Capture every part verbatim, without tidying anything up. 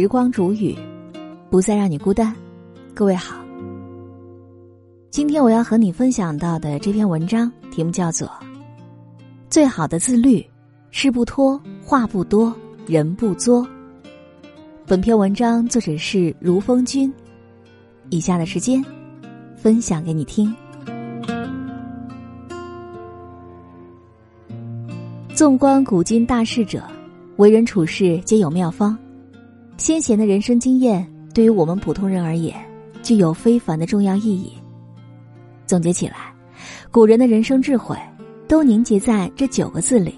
时光煮雨，不再让你孤单。各位好，今天我要和你分享到的这篇文章题目叫做最好的自律，事不拖，话不多，人不作。本篇文章作者是如风君，以下的时间分享给你听。纵观古今大事者，为人处事皆有妙方，先贤的人生经验对于我们普通人而言具有非凡的重要意义。总结起来，古人的人生智慧都凝结在这九个字里。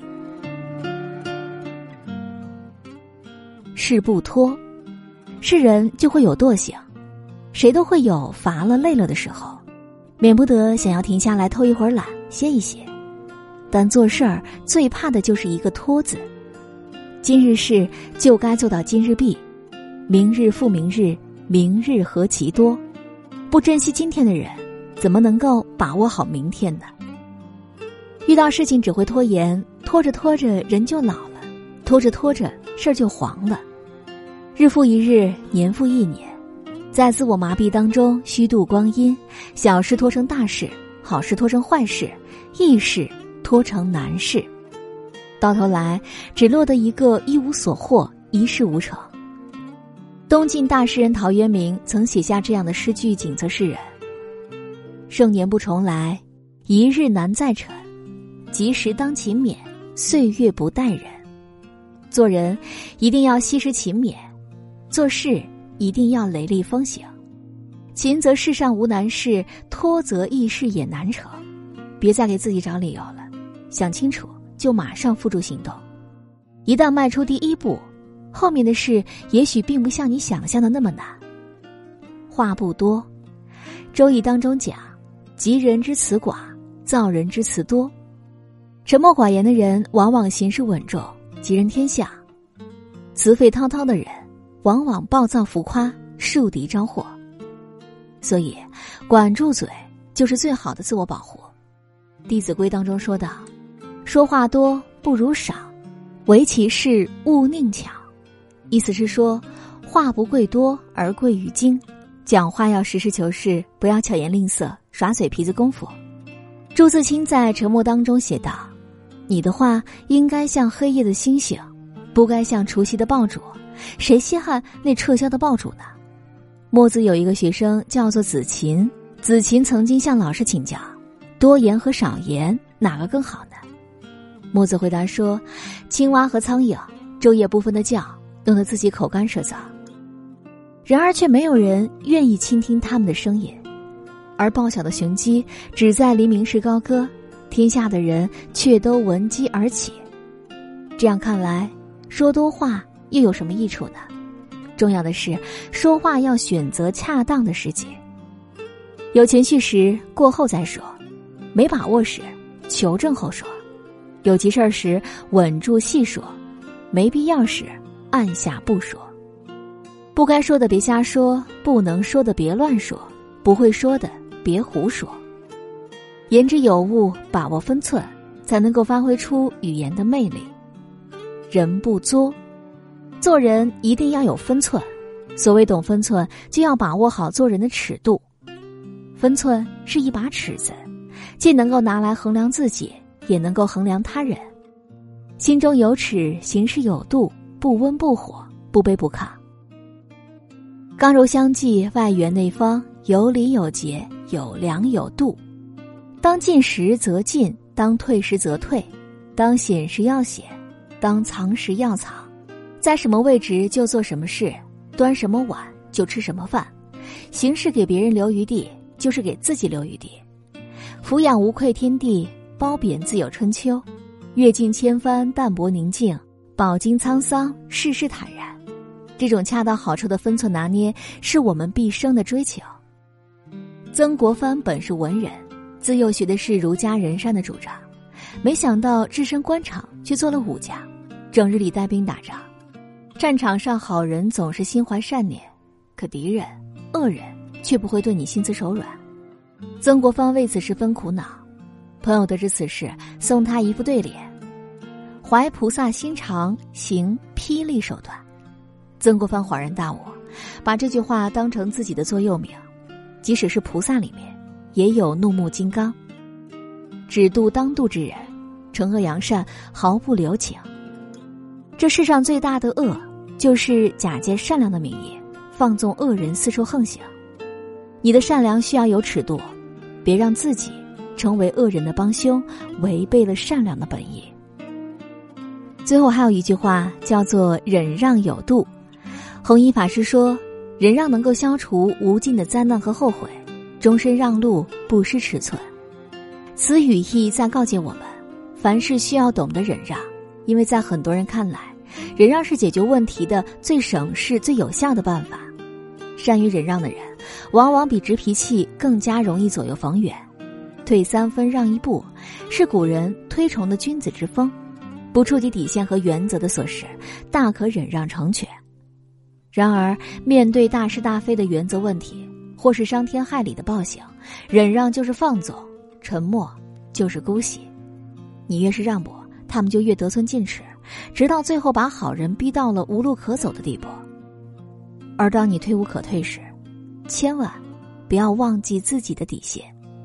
事不拖，是人就会有惰性，谁都会有乏了累了的时候，免不得想要停下来偷一会儿懒，歇一歇。但做事儿最怕的就是一个拖字，今日事就该做到今日毕，明日复明日，明日何其多。不珍惜今天的人，怎么能够把握好明天呢？遇到事情只会拖延，拖着拖着人就老了，拖着拖着事儿就黄了。日复一日，年复一年，在自我麻痹当中虚度光阴，小事拖成大事，好事拖成坏事，易事拖成难事，到头来只落得一个一无所获，一事无成。东晋大诗人陶渊明曾写下这样的诗句警策世人：盛年不重来，一日难再晨，及时当勤勉，岁月不待人。做人一定要惜时勤勉，做事一定要雷厉风行。勤则世上无难事，拖则易事也难成。别再给自己找理由了，想清楚就马上付诸行动。一旦迈出第一步，后面的事也许并不像你想象的那么难。话不多，周易当中讲，急人之辞寡，躁人之辞多。沉默寡言的人往往行事稳重，吉人天下；辞费滔滔的人往往暴躁浮夸，树敌招祸。所以管住嘴就是最好的自我保护。弟子规当中说道，说话多不如少，唯其事勿佞巧。意思是说，话不贵多而贵于精，讲话要实事求是，不要巧言令色，耍嘴皮子功夫。朱自清在沉默当中写道，你的话应该像黑夜的星星，不该像除夕的爆竹，谁稀罕那撤销的爆竹呢？墨子有一个学生叫做子琴，子琴曾经向老师请教，多言和少言哪个更好呢？墨子回答说，青蛙和苍蝇昼夜不分的叫，弄得自己口干舌燥，然而却没有人愿意倾听他们的声音。而报晓的雄鸡只在黎明时高歌，天下的人却都闻鸡而起。这样看来，说多话又有什么益处呢？重要的是说话要选择恰当的时机，有情绪时过后再说，没把握时求证后说，有急事时稳住细说，没必要时按下不说。不该说的别瞎说，不能说的别乱说，不会说的别胡说。言之有物，把握分寸，才能够发挥出语言的魅力。人不作，做人一定要有分寸。所谓懂分寸，就要把握好做人的尺度。分寸是一把尺子，既能够拿来衡量自己，也能够衡量他人。心中有尺，行事有度，不温不火，不卑不亢。刚柔相济，外圆内方，有理有节，有量有度。当进时则进，当退时则退，当显时要显，当藏时要藏。在什么位置就做什么事，端什么碗就吃什么饭。行事给别人留余地，就是给自己留余地。俯仰无愧天地，褒贬自有春秋。阅尽千帆，淡泊宁静，饱经沧桑，世事坦然。这种恰到好处的分寸拿捏，是我们毕生的追求。曾国藩本是文人，自幼学的是儒家仁善的主张，没想到置身官场却做了武将，整日里带兵打仗。战场上好人总是心怀善念，可敌人恶人却不会对你心慈手软。曾国藩为此十分苦恼，朋友得知此事，送他一副对联：怀菩萨心肠，行霹雳手段。 曾国藩恍然大悟，把这句话当成自己的座右铭。即使是菩萨里面，也有怒目金刚，只度当度之人，惩恶扬善，毫不留情。这世上最大的恶，就是假借善良的名义，放纵恶人四处横行。你的善良需要有尺度，别让自己成为恶人的帮凶，违背了善良的本意。最后还有一句话叫做忍让有度。弘一法师说，忍让能够消除无尽的灾难和后悔，终身让路，不失尺寸。此语意在告诫我们，凡事需要懂得忍让，因为在很多人看来，忍让是解决问题的最省事、最有效的办法。善于忍让的人，往往比直脾气更加容易左右逢源。退三分让一步，是古人推崇的君子之风。不触及底线和原则的琐事，大可忍让成全。然而，面对大是大非的原则问题，或是伤天害理的暴行，忍让就是放纵，沉默就是姑息。你越是让步，他们就越得寸进尺，直到最后把好人逼到了无路可走的地步。而当你退无可退时，千万不要忘记自己的底线。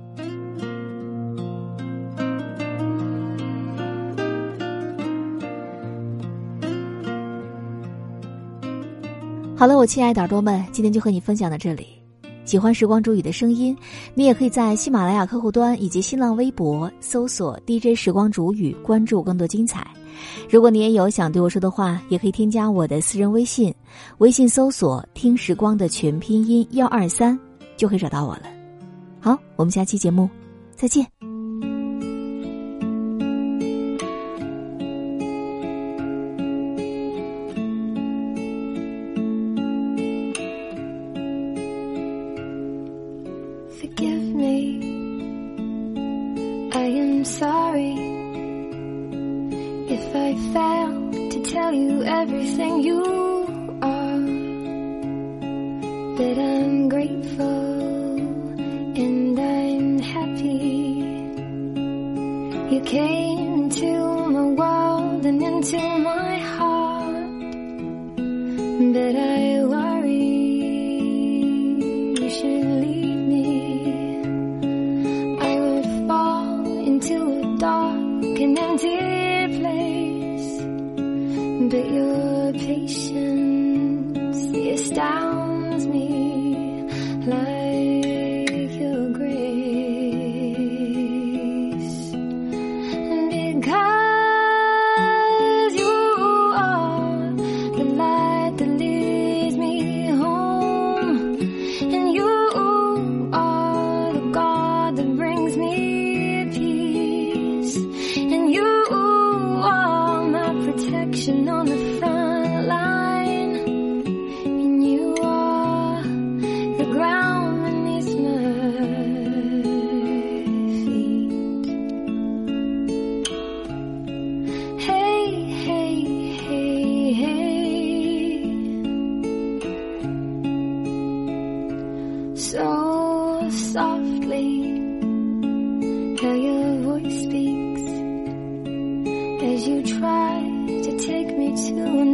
好了，我亲爱的耳朵们，今天就和你分享到这里。喜欢时光煮雨的声音，你也可以在喜马拉雅客户端以及新浪微博搜索 D J 时光煮雨，关注更多精彩。如果你也有想对我说的话，也可以添加我的私人微信，微信搜索听时光的全拼音一二三，就可以找到我了。好，我们下期节目再见。 Forgive me, I am sorry if I failed to tell you everything you are, but I'm grateful and I'm happy you came into my world and into my heart, but I worry you should leave an empty place, but your patience astounds me like your grace. And because you are the light that leads me home, and you are the God that brings me peace, and you are my protection on the front line, and you are the ground beneath my feet. Hey, hey, hey, hey, so softly how your voice speaks as you try to take me to another